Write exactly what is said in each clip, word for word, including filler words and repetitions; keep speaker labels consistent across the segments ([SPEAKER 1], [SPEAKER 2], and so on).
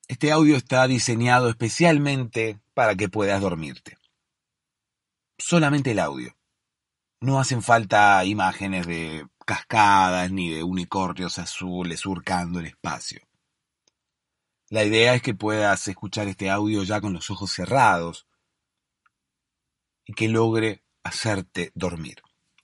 [SPEAKER 1] Este audio está diseñado especialmente para que puedas dormirte. Solamente el audio. No hacen falta imágenes de cascadas ni de unicornios azules surcando el espacio. La idea es que puedas escuchar este audio ya con los ojos cerrados y que logre hacerte dormir.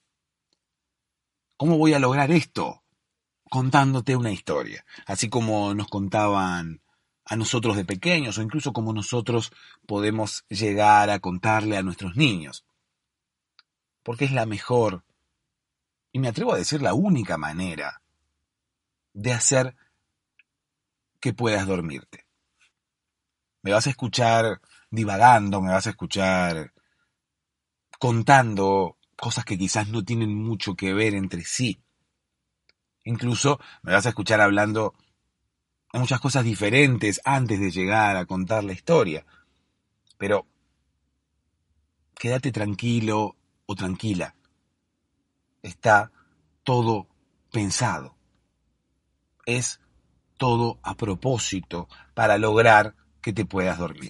[SPEAKER 1] ¿Cómo voy a lograr esto? Contándote una historia, así como nos contaban a nosotros de pequeños o incluso como nosotros podemos llegar a contarle a nuestros niños. Porque es la mejor, y me atrevo a decir la única manera de hacer que puedas dormirte. Me vas a escuchar divagando, me vas a escuchar contando cosas que quizás no tienen mucho que ver entre sí. Incluso me vas a escuchar hablando de muchas cosas diferentes antes de llegar a contar la historia. Pero quédate tranquilo o tranquila. Está todo pensado. Es todo a propósito para lograr que te puedas dormir.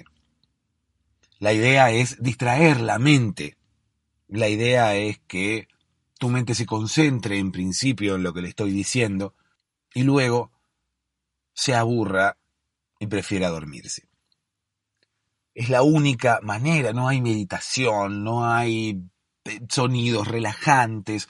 [SPEAKER 1] La idea es distraer la mente. La idea es que tu mente se concentre en principio en lo que le estoy diciendo y luego se aburra y prefiera dormirse. Es la única manera, no hay meditación, no hay sonidos relajantes.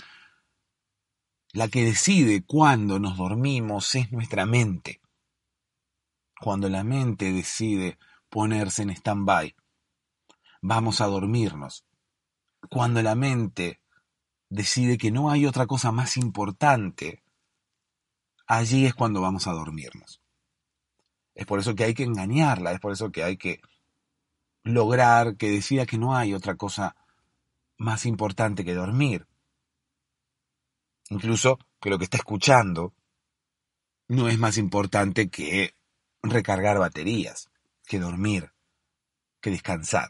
[SPEAKER 1] La que decide cuándo nos dormimos es nuestra mente. Cuando la mente decide ponerse en stand-by, vamos a dormirnos. Cuando la mente decide que no hay otra cosa más importante, allí es cuando vamos a dormirnos. Es por eso que hay que engañarla, es por eso que hay que lograr que decida que no hay otra cosa más importante que dormir. Incluso que lo que está escuchando no es más importante que recargar baterías, que dormir, que descansar.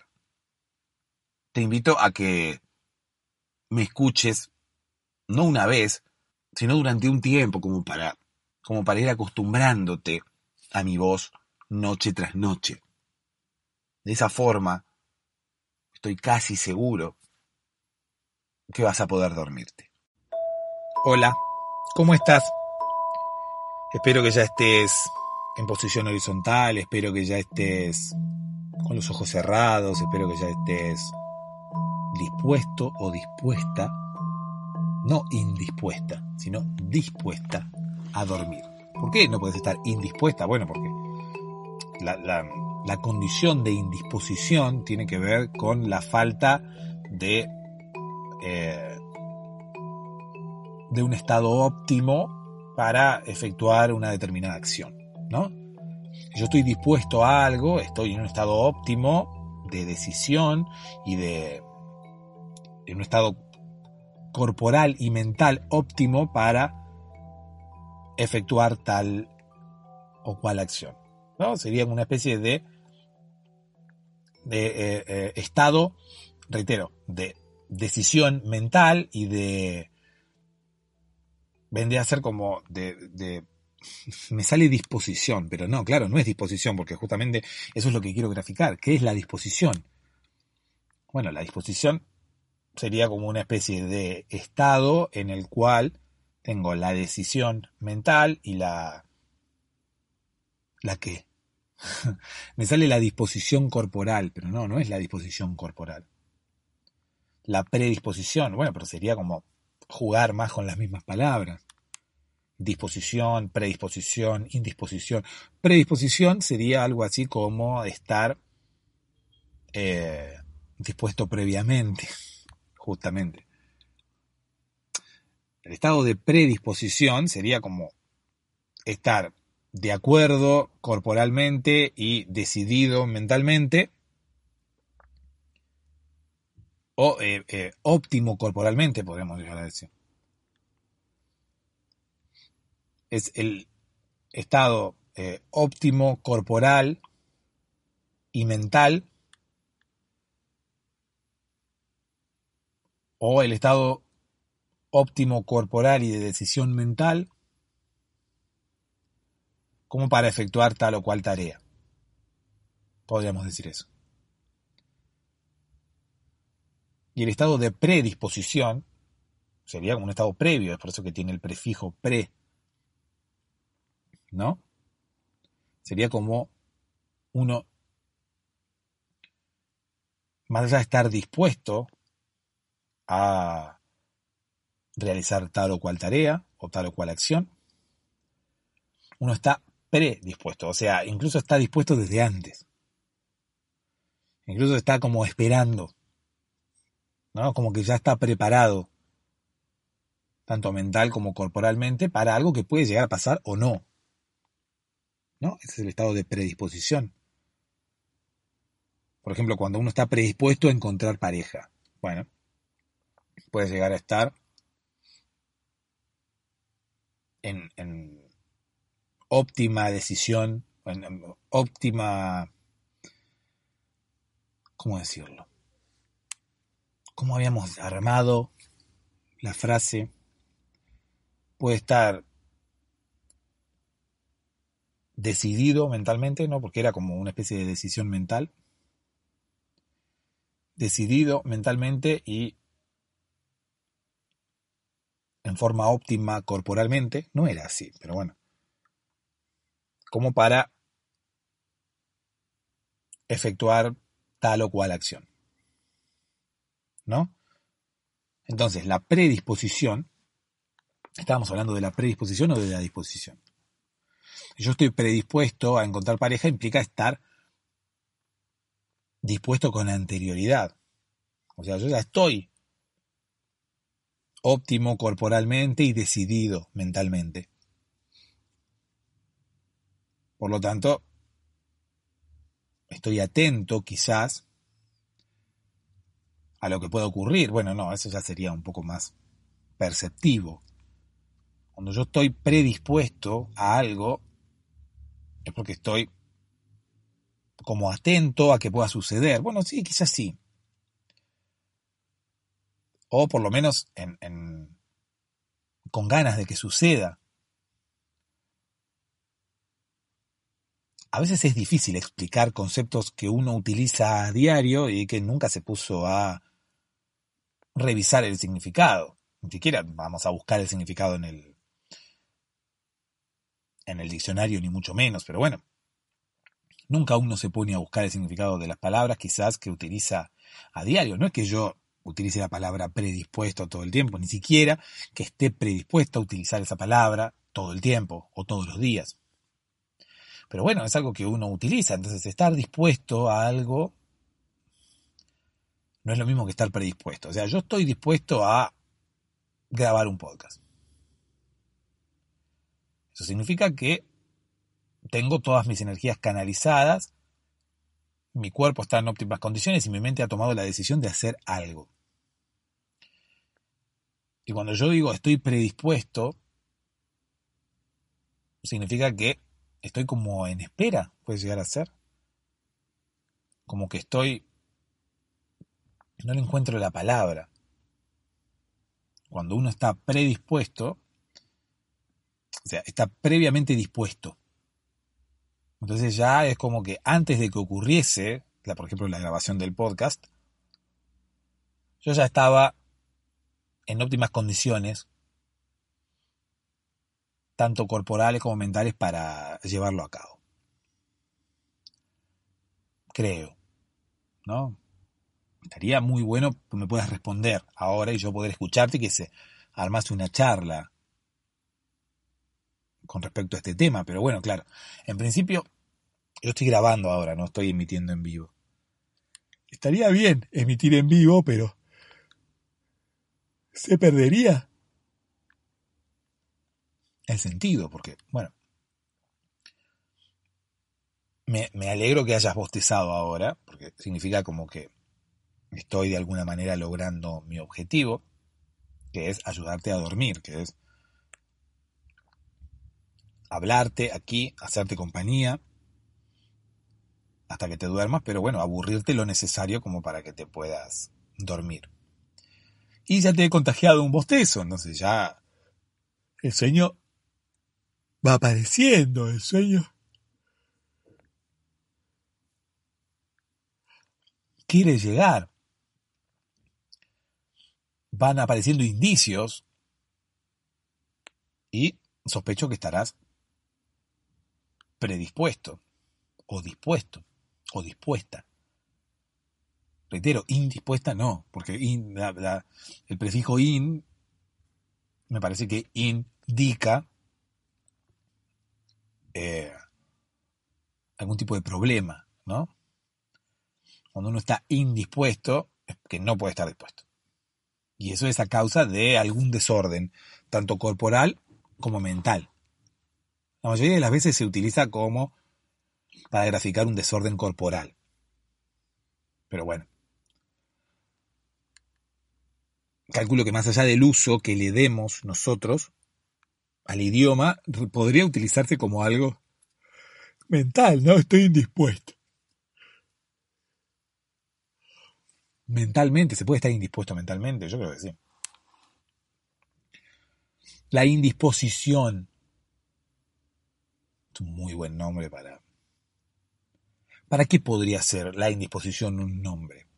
[SPEAKER 1] Te invito a que me escuches no una vez, sino durante un tiempo, como para, como para ir acostumbrándote a mi voz noche tras noche. De esa forma, estoy casi seguro que vas a poder dormirte. Hola, ¿cómo estás? Espero que ya estés en posición horizontal, espero que ya estés con los ojos cerrados, espero que ya estés dispuesto o dispuesta, no indispuesta, sino dispuesta a dormir. ¿Por qué no puedes estar indispuesta? Bueno, porque la, la, la condición de indisposición tiene que ver con la falta de, eh, de un estado óptimo para efectuar una determinada acción, ¿no? Si yo estoy dispuesto a algo, estoy en un estado óptimo de decisión y de en un estado corporal y mental óptimo para efectuar tal o cual acción, ¿no? Sería una especie de, de eh, eh, estado, reitero, de decisión mental y de vendría a ser como de, de me sale disposición, pero no, claro, no es disposición, porque justamente eso es lo que quiero graficar. ¿Qué es la disposición? Bueno, la disposición sería como una especie de estado en el cual tengo la decisión mental y la... ¿La qué? Me sale la disposición corporal, pero no, no es la disposición corporal. La predisposición, bueno, pero sería como jugar más con las mismas palabras. Disposición, predisposición, indisposición. Predisposición sería algo así como estar eh, dispuesto previamente, justamente. El estado de predisposición sería como estar de acuerdo corporalmente y decidido mentalmente, o eh, eh, óptimo corporalmente, podríamos llegar a decir. Es el estado eh, óptimo corporal y mental, o el estado óptimo corporal y de decisión mental, como para efectuar tal o cual tarea. Podríamos decir eso. Y el estado de predisposición sería como un estado previo, es por eso que tiene el prefijo pre, ¿no? Sería como uno, más allá de estar dispuesto a realizar tal o cual tarea o tal o cual acción, uno está predispuesto, o sea, incluso está dispuesto desde antes. Incluso está como esperando, ¿no? Como que ya está preparado, tanto mental como corporalmente, para algo que puede llegar a pasar o no, ¿no? Ese es el estado de predisposición. Por ejemplo, cuando uno está predispuesto a encontrar pareja, bueno, puede llegar a estar en, en óptima decisión, en, en óptima, ¿cómo decirlo? ¿Cómo habíamos armado la frase? Puede estar decidido mentalmente, ¿no? Porque era como una especie de decisión mental. Decidido mentalmente y en forma óptima corporalmente. No era así, pero bueno. Como para efectuar tal o cual acción, ¿no? Entonces, la predisposición, ¿estábamos hablando de la predisposición o de la disposición? Yo estoy predispuesto a encontrar pareja, implica estar dispuesto con anterioridad. O sea, yo ya estoy óptimo corporalmente y decidido mentalmente. Por lo tanto, estoy atento quizás a lo que pueda ocurrir. Bueno, no, eso ya sería un poco más perceptivo. Cuando yo estoy predispuesto a algo, es porque estoy como atento a que pueda suceder. Bueno, sí, quizás sí. O por lo menos en, en, con ganas de que suceda. A veces es difícil explicar conceptos que uno utiliza a diario y que nunca se puso a revisar el significado. Ni siquiera vamos a buscar el significado en el, en el diccionario, ni mucho menos, pero bueno. Nunca uno se pone a buscar el significado de las palabras quizás que utiliza a diario. No es que yo utilice la palabra predispuesto todo el tiempo, ni siquiera que esté predispuesto a utilizar esa palabra todo el tiempo o todos los días. Pero bueno, es algo que uno utiliza, entonces estar dispuesto a algo no es lo mismo que estar predispuesto. O sea, yo estoy dispuesto a grabar un podcast. Eso significa que tengo todas mis energías canalizadas, mi cuerpo está en óptimas condiciones y mi mente ha tomado la decisión de hacer algo. Y cuando yo digo estoy predispuesto, significa que estoy como en espera, puede llegar a ser. Como que estoy, no le encuentro la palabra. Cuando uno está predispuesto, o sea, está previamente dispuesto. Entonces ya es como que antes de que ocurriese, la, por ejemplo, la grabación del podcast, yo ya estaba en óptimas condiciones, tanto corporales como mentales, para llevarlo a cabo. Creo, ¿no? Estaría muy bueno que me puedas responder ahora y yo poder escucharte y que se armase una charla con respecto a este tema. Pero bueno, claro, en principio yo estoy grabando ahora, no estoy emitiendo en vivo. Estaría bien emitir en vivo, pero se perdería el sentido, porque, bueno, me, me alegro que hayas bostezado ahora, porque significa como que estoy de alguna manera logrando mi objetivo, que es ayudarte a dormir, que es hablarte aquí, hacerte compañía, hasta que te duermas, pero bueno, aburrirte lo necesario como para que te puedas dormir. Y ya te he contagiado un bostezo, entonces ya el sueño va apareciendo, el sueño quiere llegar. Van apareciendo indicios y sospecho que estarás predispuesto, o dispuesto, o dispuesta. Reitero, indispuesta no, porque in, la, la, el prefijo in me parece que indica eh, algún tipo de problema, ¿no? Cuando uno está indispuesto, es que no puede estar dispuesto. Y eso es a causa de algún desorden, tanto corporal como mental. La mayoría de las veces se utiliza como para graficar un desorden corporal. Pero bueno. Calculo que más allá del uso que le demos nosotros al idioma, podría utilizarse como algo mental, ¿no? Estoy indispuesto. Mentalmente, ¿se puede estar indispuesto mentalmente? Yo creo que sí. La indisposición. Es un muy buen nombre para... ¿Para qué podría ser la indisposición un nombre?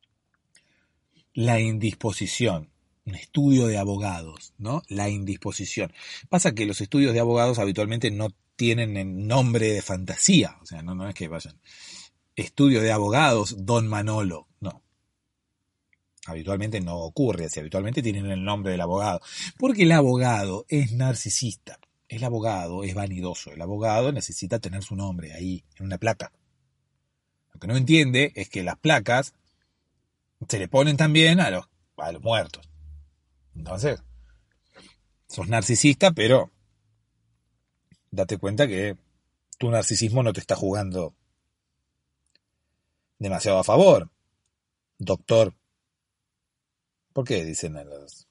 [SPEAKER 1] La indisposición. Un estudio de abogados, ¿no? La indisposición. Pasa que los estudios de abogados habitualmente no tienen el nombre de fantasía. O sea, no, no es que vayan... Estudio de abogados, Don Manolo. No. Habitualmente no ocurre así. Habitualmente tienen el nombre del abogado. Porque el abogado es narcisista. El abogado es vanidoso. El abogado necesita tener su nombre ahí, en una placa. Lo que no entiende es que las placas se le ponen también a los, a los muertos. Entonces, sos narcisista, pero date cuenta que tu narcisismo no te está jugando demasiado a favor. Doctor. ¿Por qué dicen a los,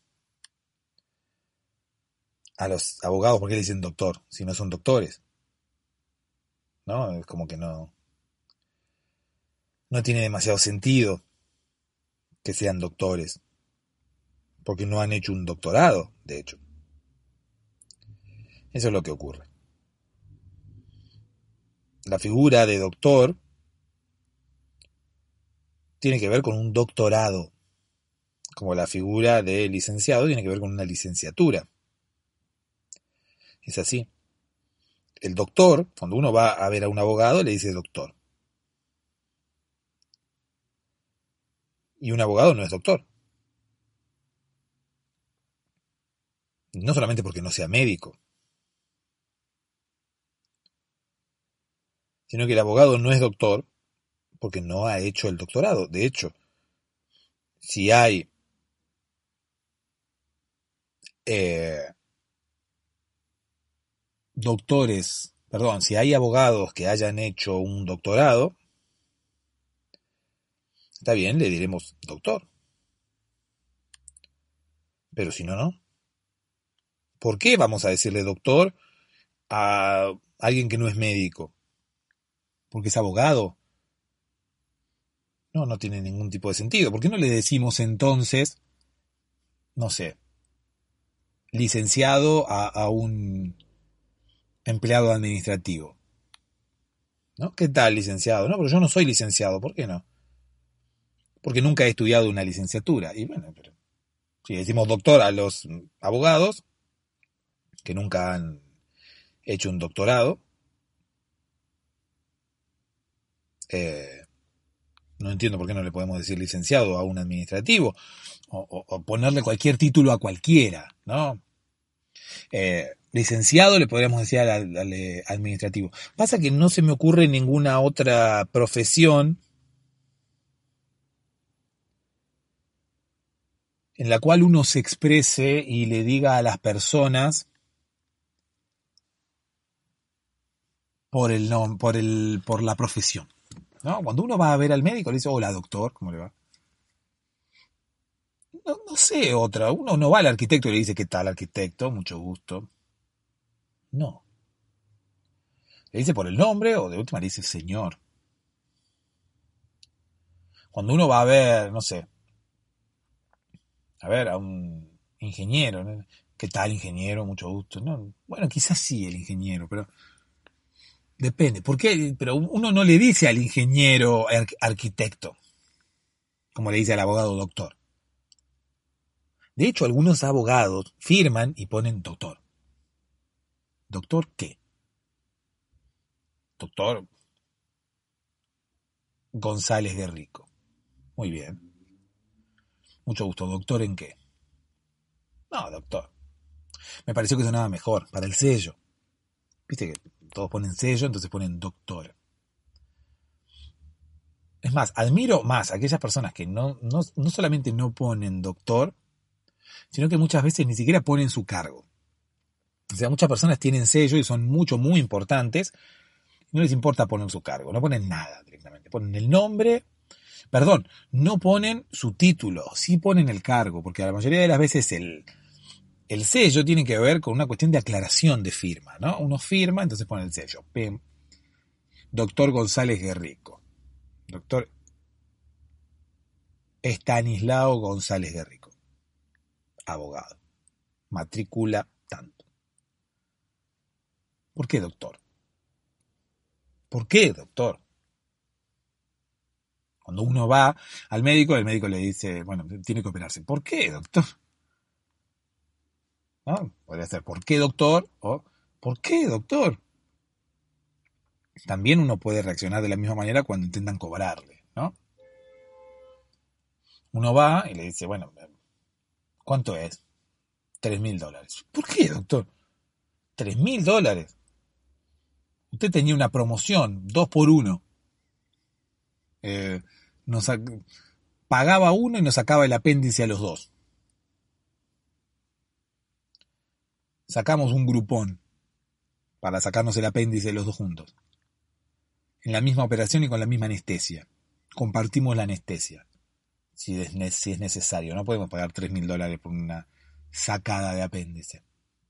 [SPEAKER 1] a los abogados, por qué le dicen doctor si no son doctores? ¿No? Es como que no, no tiene demasiado sentido que sean doctores, porque no han hecho un doctorado, de hecho. Eso es lo que ocurre. La figura de doctor tiene que ver con un doctorado, como la figura de licenciado tiene que ver con una licenciatura. Es así. El doctor, cuando uno va a ver a un abogado, le dice doctor. Y un abogado no es doctor. No solamente porque no sea médico, sino que el abogado no es doctor porque no ha hecho el doctorado. De hecho, si hay eh, doctores, perdón, si hay abogados que hayan hecho un doctorado, está bien, le diremos doctor. Pero si no, no. ¿Por qué vamos a decirle doctor a alguien que no es médico? Porque es abogado. No, no tiene ningún tipo de sentido. ¿Por qué no le decimos entonces, no sé, licenciado a, a un empleado administrativo? ¿No? ¿Qué tal, licenciado? No, pero yo no soy licenciado. ¿Por qué no? Porque nunca he estudiado una licenciatura. Y bueno, pero si decimos doctor a los abogados que nunca han hecho un doctorado, eh, no entiendo por qué no le podemos decir licenciado a un administrativo o, o, o ponerle cualquier título a cualquiera, ¿no? Eh, licenciado le podríamos decir al, al, al administrativo. Pasa que no se me ocurre ninguna otra profesión en la cual uno se exprese y le diga a las personas por el nom- por el por la profesión, ¿no? Cuando uno va a ver al médico le dice, hola doctor, ¿cómo le va? No, no sé otra. Uno no va al arquitecto y le dice, ¿qué tal arquitecto? Mucho gusto. No. Le dice por el nombre o de última le dice señor. Cuando uno va a ver, no sé, a ver a un ingeniero, ¿no? ¿Qué tal ingeniero? Mucho gusto. No, bueno, quizás sí el ingeniero, pero depende. ¿Por qué? Pero uno no le dice al ingeniero arquitecto.
[SPEAKER 2] como le dice al abogado doctor. De hecho, algunos abogados firman y ponen doctor. ¿Doctor qué? Doctor González de Rico. Muy bien. Mucho gusto. ¿Doctor en qué? No, doctor. Me pareció que sonaba mejor, para el sello. Viste que todos ponen sello, entonces ponen doctor. Es más, admiro más a aquellas personas que no, no, no solamente no ponen doctor, sino que muchas veces ni siquiera ponen su cargo. O sea, muchas personas tienen sello y son mucho, muy importantes, y no les importa poner su cargo, no ponen nada directamente. Ponen el nombre, perdón, no ponen su título, sí ponen el cargo, porque a la mayoría de las veces el, el sello tiene que ver con una cuestión de aclaración de firma, ¿no? Uno firma, entonces pone el sello. P. Doctor González Guerrico. Doctor Estanislao González Guerrico. Abogado. Matrícula tanto. ¿Por qué, doctor? ¿Por qué, doctor? Cuando uno va al médico, el médico le dice, bueno, tiene que operarse. ¿Por qué, doctor? ¿No? Podría ser, ¿por qué, doctor? O, ¿por qué, doctor? También uno puede reaccionar de la misma manera cuando intentan cobrarle, ¿no? Uno va y le dice, bueno, ¿cuánto es? Tres mil dólares. ¿Por qué, doctor? Tres mil dólares. Usted tenía una promoción, dos por uno. Eh, nos pagaba uno y nos sacaba el apéndice a los dos. Sacamos un grupón para sacarnos el apéndice los dos juntos. En la misma operación y con la misma anestesia. Compartimos la anestesia. Si es, si es necesario. No podemos pagar tres mil dólares por una sacada de apéndice.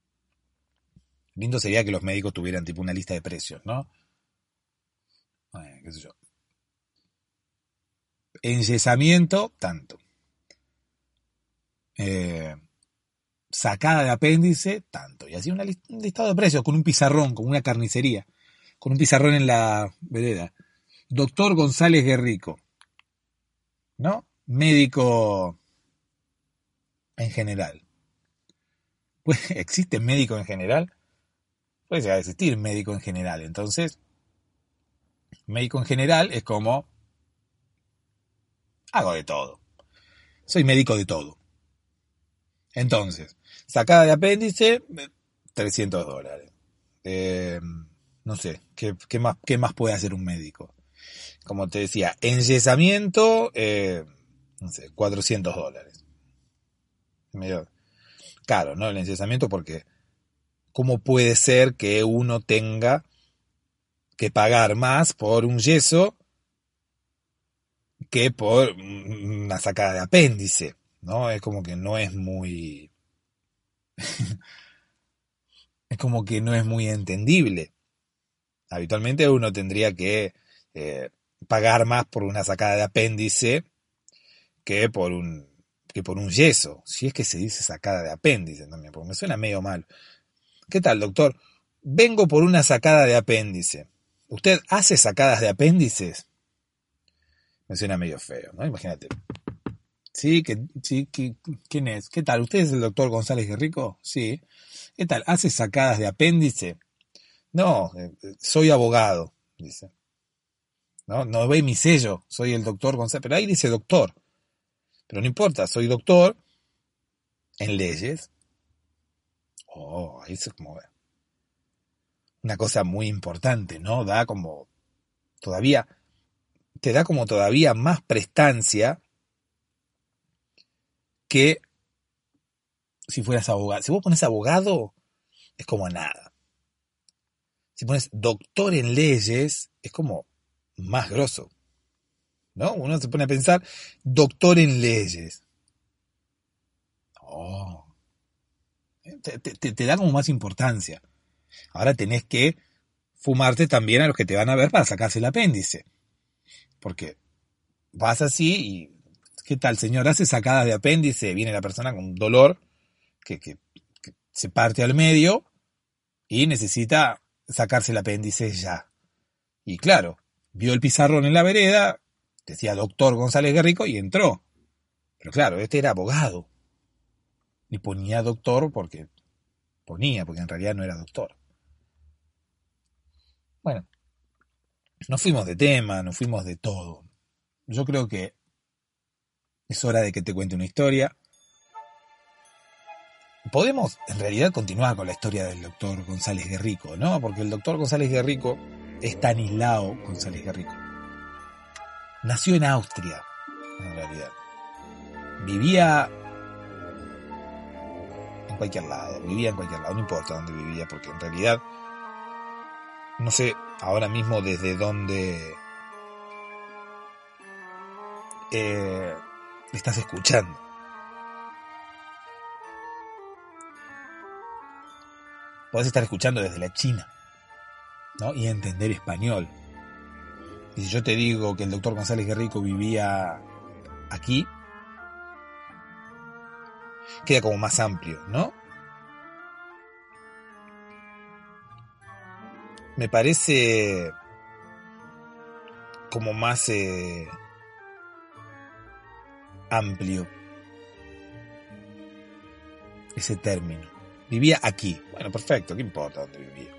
[SPEAKER 2] Lindo sería que los médicos tuvieran tipo una lista de precios, ¿no? Eh, qué sé yo. Enyesamiento, tanto. Eh, sacada de apéndice, tanto. Y así una list- un listado de precios con un pizarrón, con una carnicería. Con un pizarrón en la vereda. Doctor González Guerrico. ¿No? Médico en general. Pues, ¿existe médico en general? Puede llegar a existir médico en general. Entonces, médico en general es como, hago de todo. Soy médico de todo. Entonces, sacada de apéndice, trescientos dólares. Eh, no sé, ¿qué, qué, más, ¿qué más puede hacer un médico? Como te decía, enyesamiento, eh, no sé, cuatrocientos dólares. Medio caro, ¿no? El enyesamiento porque ¿cómo puede ser que uno tenga que pagar más por un yeso que por una sacada de apéndice? ¿No? Es como que no es muy... es como que no es muy entendible. Habitualmente uno tendría que eh, pagar más por una sacada de apéndice que por un que por un yeso. Si es que se dice sacada de apéndice también, porque me suena medio mal. ¿Qué tal, doctor? Vengo por una sacada de apéndice. ¿Usted hace sacadas de apéndices? Me suena medio feo, ¿no? Imagínate. Sí, que, sí, que, ¿quién es? ¿Qué tal? ¿Usted es el doctor González Guerrico? Sí. ¿Qué tal? ¿Hace sacadas de apéndice? No, eh, soy abogado, dice. No, no ve mi sello, soy el doctor González, pero ahí dice doctor. Pero no importa, soy doctor en leyes. Oh, ahí es como una cosa muy importante, ¿no? Da como todavía, te da como todavía más prestancia que si fueras abogado. Si vos pones abogado, es como nada. Si pones doctor en leyes, es como más grosso, ¿no? Uno se pone a pensar, doctor en leyes. Oh, te, te, te da como más importancia. Ahora tenés que fumarte también a los que te van a ver para sacarse el apéndice. Porque vas así y, ¿qué tal, señor? Hace sacadas de apéndice, viene la persona con dolor que, que, que se parte al medio y necesita sacarse el apéndice ya. Y claro, vio el pizarrón en la vereda, decía doctor González Guerrico y entró. Pero claro, este era abogado. Y ponía doctor porque ponía, porque en realidad no era doctor. Bueno, nos fuimos de tema, nos fuimos de todo. Yo creo que es hora de que te cuente una historia. Podemos en realidad continuar con la historia del doctor González Guerrico, ¿no? Porque el doctor González Guerrico es Stanislao González Guerrico. Nació en Austria, en realidad. Vivía en cualquier lado, vivía en cualquier lado, no importa dónde vivía, porque en realidad no sé ahora mismo desde dónde eh, estás escuchando. Podés estar escuchando desde la China, ¿no? Y entender español. Y si yo te digo que el doctor González Guerrico vivía aquí, queda como más amplio, ¿no? Me parece como más eh, amplio ese término. Vivía aquí. Bueno, perfecto, ¿qué importa dónde vivía?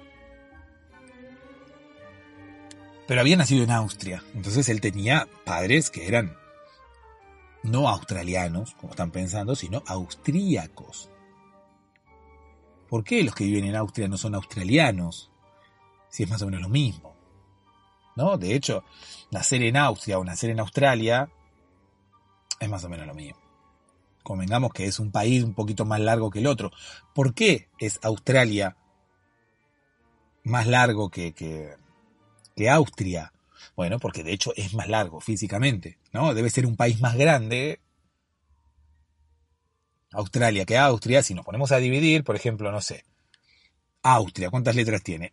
[SPEAKER 2] Pero había nacido en Austria, entonces él tenía padres que eran no australianos, como están pensando, sino austríacos. ¿Por qué los que viven en Austria no son australianos? Si es más o menos lo mismo, ¿no? De hecho, nacer en Austria o nacer en Australia es más o menos lo mismo. Convengamos que es un país un poquito más largo que el otro. ¿Por qué es Australia más largo que, que, que Austria? Bueno, porque de hecho es más largo físicamente, ¿no? Debe ser un país más grande Australia que Austria. Si nos ponemos a dividir, por ejemplo, no sé, Austria, ¿cuántas letras tiene?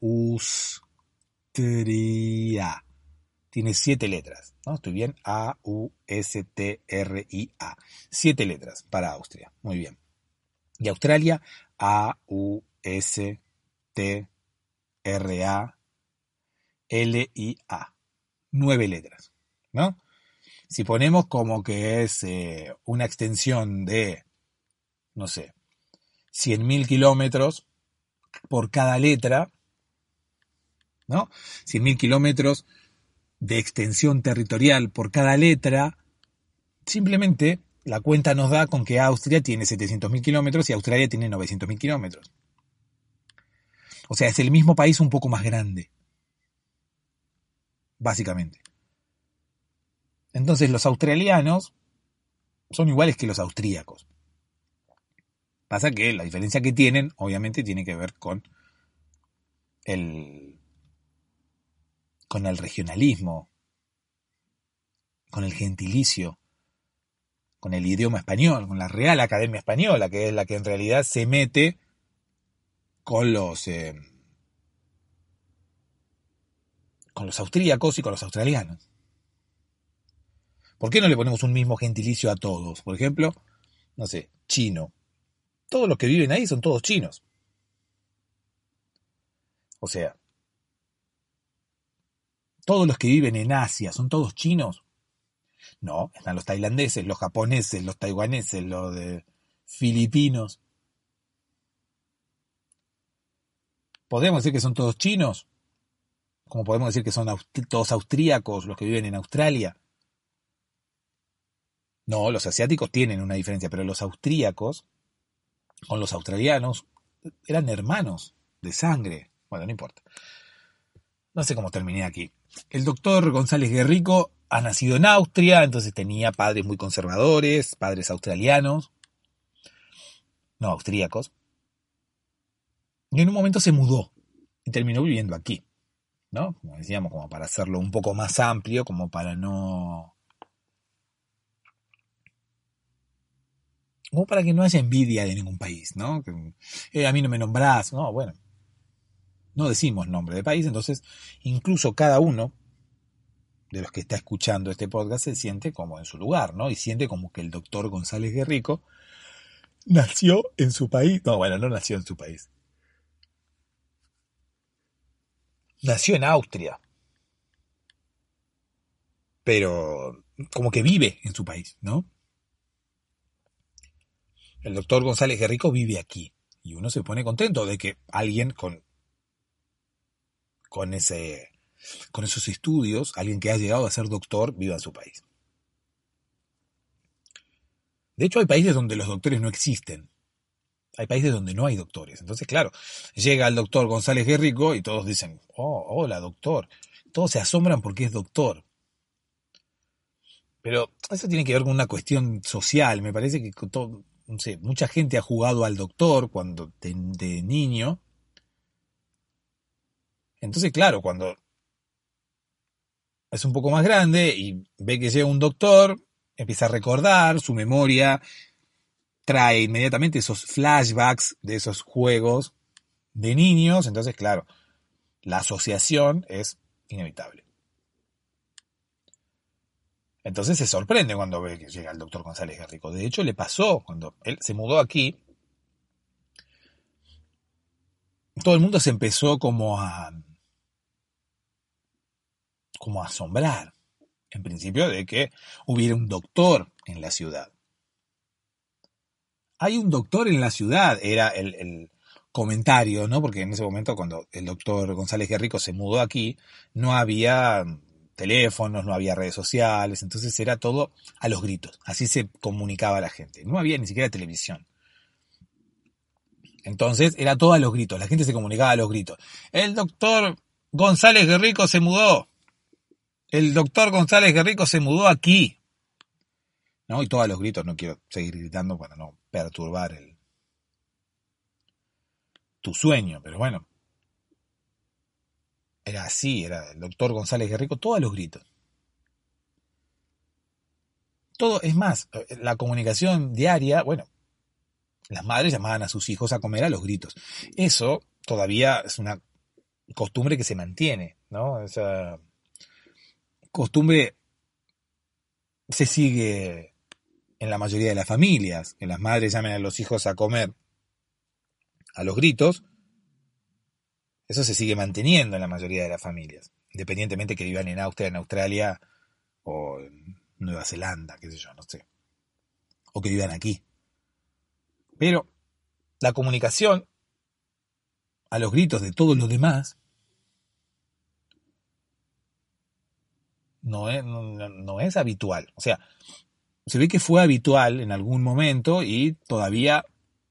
[SPEAKER 2] Austria. Tiene siete letras, ¿no? Estoy bien. A, U, S, T, R, I, A. Siete letras para Austria. Muy bien. Y Australia, A, U, S, T, R, A, L, I, A. Nueve letras, ¿no? Si ponemos como que es eh, una extensión de, no sé, cien mil kilómetros por cada letra, ¿no? cien mil kilómetros de extensión territorial por cada letra, simplemente la cuenta nos da con que Austria tiene setecientos mil kilómetros y Australia tiene novecientos mil kilómetros. O sea, es el mismo país un poco más grande, básicamente. Entonces los australianos son iguales que los austríacos. Pasa que la diferencia que tienen, obviamente, tiene que ver con el, con el regionalismo, con el gentilicio, con el idioma español, con la Real Academia Española, que es la que en realidad se mete con los eh, con los austríacos y con los australianos. ¿Por qué no le ponemos un mismo gentilicio a todos? Por ejemplo, no sé, chino. Todos los que viven ahí son todos chinos. O sea, todos los que viven en Asia son todos chinos. No, están los tailandeses, los japoneses, los taiwaneses, los de filipinos. ¿Podemos decir que son todos chinos? Como podemos decir que son aust- todos austríacos los que viven en Australia. No, los asiáticos tienen una diferencia, pero los austríacos con los australianos eran hermanos de sangre. Bueno, no importa. No sé cómo terminé aquí. El doctor González Guerrico ha nacido en Austria, entonces tenía padres muy conservadores, padres australianos, no austríacos. Y en un momento se mudó y terminó viviendo aquí, ¿no? Como decíamos, como para hacerlo un poco más amplio, como para no... como para que no haya envidia de ningún país, ¿no? Que, eh, a mí no me nombrás, no, bueno. No decimos nombre de país, entonces incluso cada uno de los que está escuchando este podcast se siente como en su lugar, ¿no? Y siente como que el doctor González Guerrico nació en su país. No, bueno, no nació en su país. Nació en Austria. Pero como que vive en su país, ¿no? el doctor González Guerrico vive aquí. Y uno se pone contento de que alguien con, con, ese, con esos estudios, alguien que ha llegado a ser doctor, viva en su país. De hecho, hay países donde los doctores no existen. Hay países donde no hay doctores. Entonces, claro, llega el doctor González Guerrico y todos dicen, oh, hola, doctor. Todos se asombran porque es doctor. Pero eso tiene que ver con una cuestión social. Me parece que todo, no sé, mucha gente ha jugado al doctor cuando de, de niño. Entonces, claro, cuando es un poco más grande y ve que llega un doctor, empieza a recordar, su memoria trae inmediatamente esos flashbacks de esos juegos de niños. Entonces, claro, la asociación es inevitable. Entonces se sorprende cuando ve que llega el doctor González Guerrico. De hecho, le pasó cuando él se mudó aquí. Todo el mundo se empezó como a como a asombrar, en principio, de que hubiera un doctor en la ciudad. Hay un doctor en la ciudad, era el, el comentario, ¿no? Porque en ese momento, cuando el doctor González Guerrico se mudó aquí, no había teléfonos, no había redes sociales, entonces era todo a los gritos, así se comunicaba la gente. No había ni siquiera televisión. Entonces era todo a los gritos, la gente se comunicaba a los gritos. El doctor González Guerrico se mudó. El doctor González Guerrico se mudó aquí. ¿No? Y todos a los gritos, no quiero seguir gritando para no perturbar el, tu sueño, pero bueno. Era así, era el doctor González Guerrico, todos a los gritos. Todo, es más, la comunicación diaria, bueno, las madres llamaban a sus hijos a comer a los gritos. Eso todavía es una costumbre que se mantiene, ¿no? Esa costumbre se sigue en la mayoría de las familias, que las madres llamen a los hijos a comer a los gritos. Eso se sigue manteniendo en la mayoría de las familias, independientemente que vivan en Austria, en Australia o en Nueva Zelanda, qué sé yo, no sé. O que vivan aquí. Pero la comunicación a los gritos de todos los demás no es, no, no es habitual. O sea, se ve que fue habitual en algún momento y todavía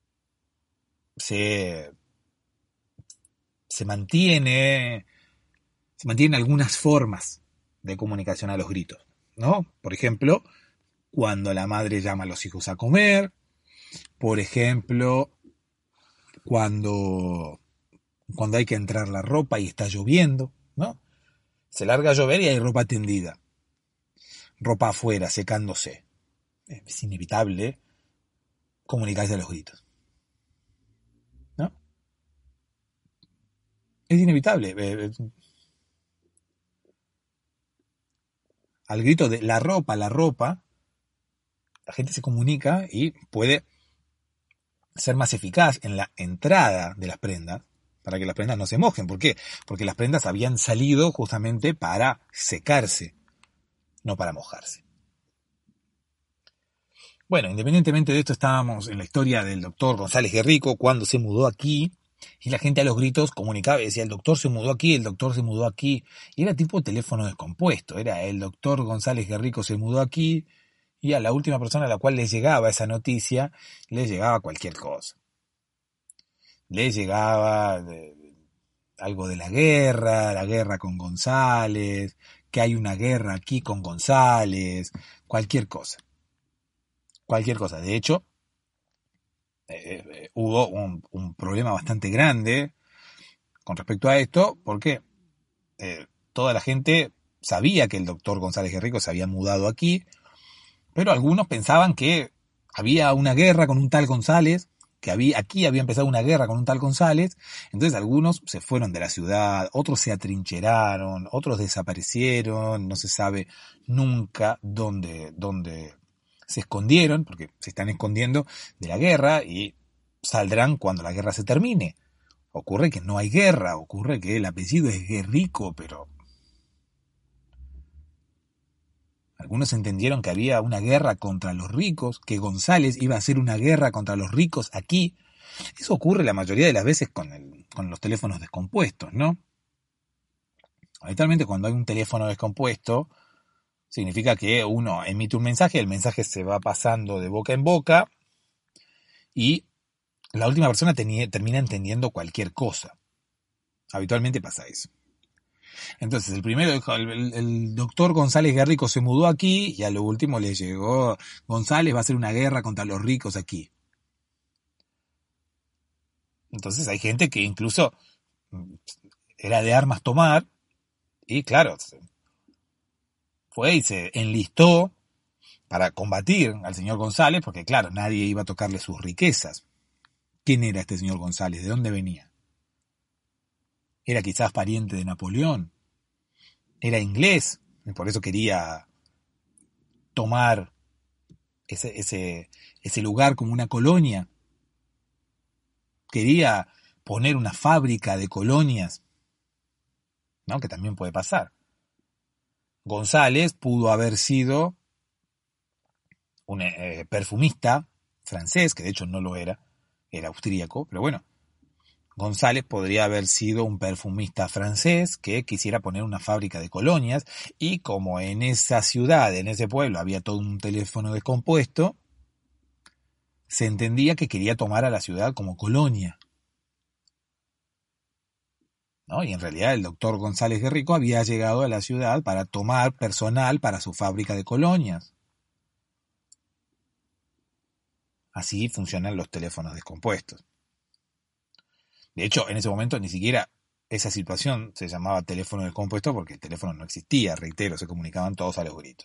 [SPEAKER 2] se, se mantiene, se mantienen algunas formas de comunicación a los gritos, ¿no? Por ejemplo, cuando la madre llama a los hijos a comer, por ejemplo, cuando, cuando hay que entrar la ropa y está lloviendo, ¿no? Se larga a llover y hay ropa tendida, ropa afuera, secándose. Es inevitable comunicarse a los gritos, ¿no? Es inevitable. Al grito de la ropa, la ropa, la gente se comunica y puede ser más eficaz en la entrada de las prendas para que las prendas no se mojen. ¿Por qué? Porque las prendas habían salido justamente para secarse, no para mojarse. Bueno, independientemente de esto, estábamos en la historia del doctor González Guerrico cuando se mudó aquí y la gente a los gritos comunicaba y decía, el doctor se mudó aquí, el doctor se mudó aquí. Y era tipo teléfono descompuesto, era el doctor González Guerrico se mudó aquí y a la última persona a la cual le llegaba esa noticia, le llegaba cualquier cosa. Le llegaba de, algo de la guerra, la guerra con González, que hay una guerra aquí con González, cualquier cosa. Cualquier cosa. De hecho, eh, eh, hubo un, un problema bastante grande con respecto a esto, porque eh, toda la gente sabía que el doctor González Guerrico se había mudado aquí, pero algunos pensaban que había una guerra con un tal González, que había, aquí había empezado una guerra con un tal González, entonces algunos se fueron de la ciudad, otros se atrincheraron, otros desaparecieron, no se sabe nunca dónde, dónde se escondieron, porque se están escondiendo de la guerra y saldrán cuando la guerra se termine. Ocurre que no hay guerra, ocurre que el apellido es Guerrico, pero Algunos entendieron que había una guerra contra los ricos, que González iba a hacer una guerra contra los ricos aquí. Eso ocurre la mayoría de las veces con, el, con los teléfonos descompuestos, ¿no? Habitualmente cuando hay un teléfono descompuesto, significa que uno emite un mensaje, el mensaje se va pasando de boca en boca y la última persona tenía, termina entendiendo cualquier cosa. Habitualmente pasa eso. Entonces, el primero dijo, el, el, el doctor González Guerrico se mudó aquí y a lo último le llegó, González va a hacer una guerra contra los ricos aquí. Entonces hay gente que incluso era de armas tomar y claro, fue y se enlistó para combatir al señor González porque claro, nadie iba a tocarle sus riquezas. ¿Quién era este señor González? ¿De dónde venía? Era quizás pariente de Napoleón. Era inglés, y por eso quería tomar ese, ese, ese lugar como una colonia. Quería poner una fábrica de colonias, ¿no? Que también puede pasar. González pudo haber sido un eh, perfumista francés, que de hecho no lo era, era austríaco, pero bueno, González podría haber sido un perfumista francés que quisiera poner una fábrica de colonias y como en esa ciudad, en ese pueblo, había todo un teléfono descompuesto, se entendía que quería tomar a la ciudad como colonia, ¿no? Y en realidad el doctor González Guerrico había llegado a la ciudad para tomar personal para su fábrica de colonias. Así funcionan los teléfonos descompuestos. De hecho, en ese momento ni siquiera esa situación se llamaba teléfono descompuesto porque el teléfono no existía, reitero, se comunicaban todos a los gritos.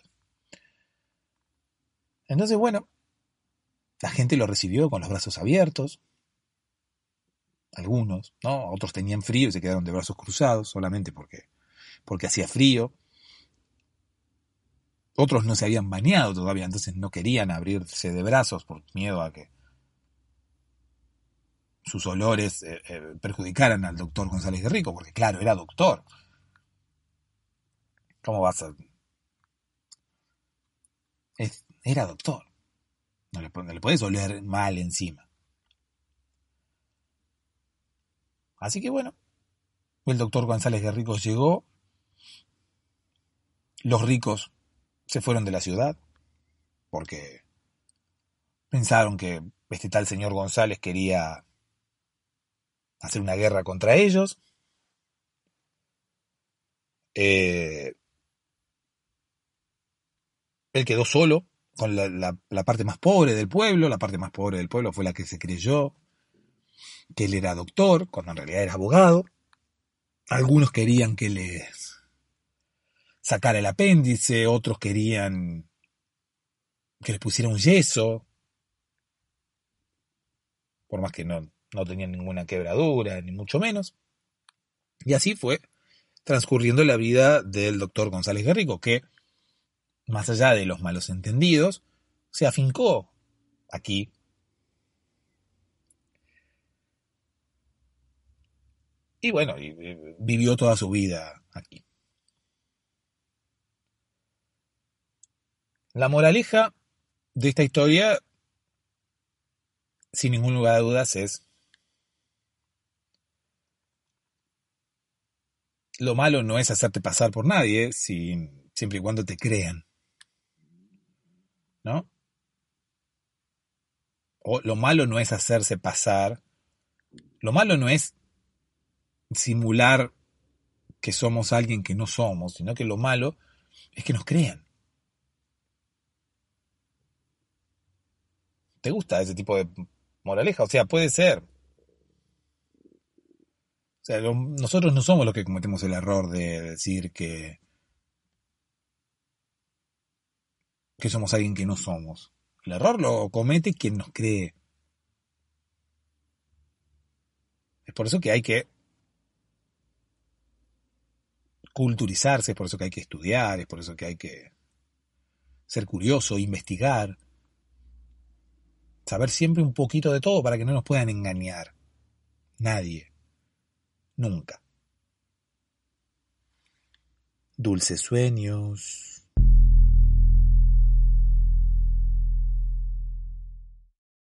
[SPEAKER 2] Entonces, bueno, la gente lo recibió con los brazos abiertos. Algunos, ¿no? Otros tenían frío y se quedaron de brazos cruzados solamente porque, porque hacía frío. Otros no se habían bañado todavía, entonces no querían abrirse de brazos por miedo a que sus olores eh, eh, perjudicaran al doctor González Guerrico, porque claro, era doctor. ¿Cómo vas a...? Es, era doctor. No le, no le puedes oler mal encima. Así que bueno, el doctor González Guerrico llegó, los ricos se fueron de la ciudad, porque pensaron que este tal señor González quería hacer una guerra contra ellos. Eh, él quedó solo con la, la, la parte más pobre del pueblo. La parte más pobre del pueblo fue la que se creyó que él era doctor, cuando en realidad era abogado. Algunos querían que les sacara el apéndice, otros querían que les pusiera un yeso, por más que no, no tenían ninguna quebradura, ni mucho menos. Y así fue transcurriendo la vida del doctor González Guerrico, que, más allá de los malos entendidos, se afincó aquí. Y bueno, y, y vivió toda su vida aquí. La moraleja de esta historia, sin ningún lugar a dudas, es: lo malo no es hacerte pasar por nadie, si, siempre y cuando te crean, ¿no? O lo malo no es hacerse pasar, lo malo no es simular que somos alguien que no somos, sino que lo malo es que nos crean. ¿Te gusta ese tipo de moraleja? O sea, puede ser. O sea, lo, nosotros no somos los que cometemos el error de decir que, que somos alguien que no somos. El error lo comete quien nos cree. Es por eso que hay que culturizarse, es por eso que hay que estudiar, es por eso que hay que ser curioso, investigar, saber siempre un poquito de todo para que no nos puedan engañar. Nadie. Nunca. Dulces sueños.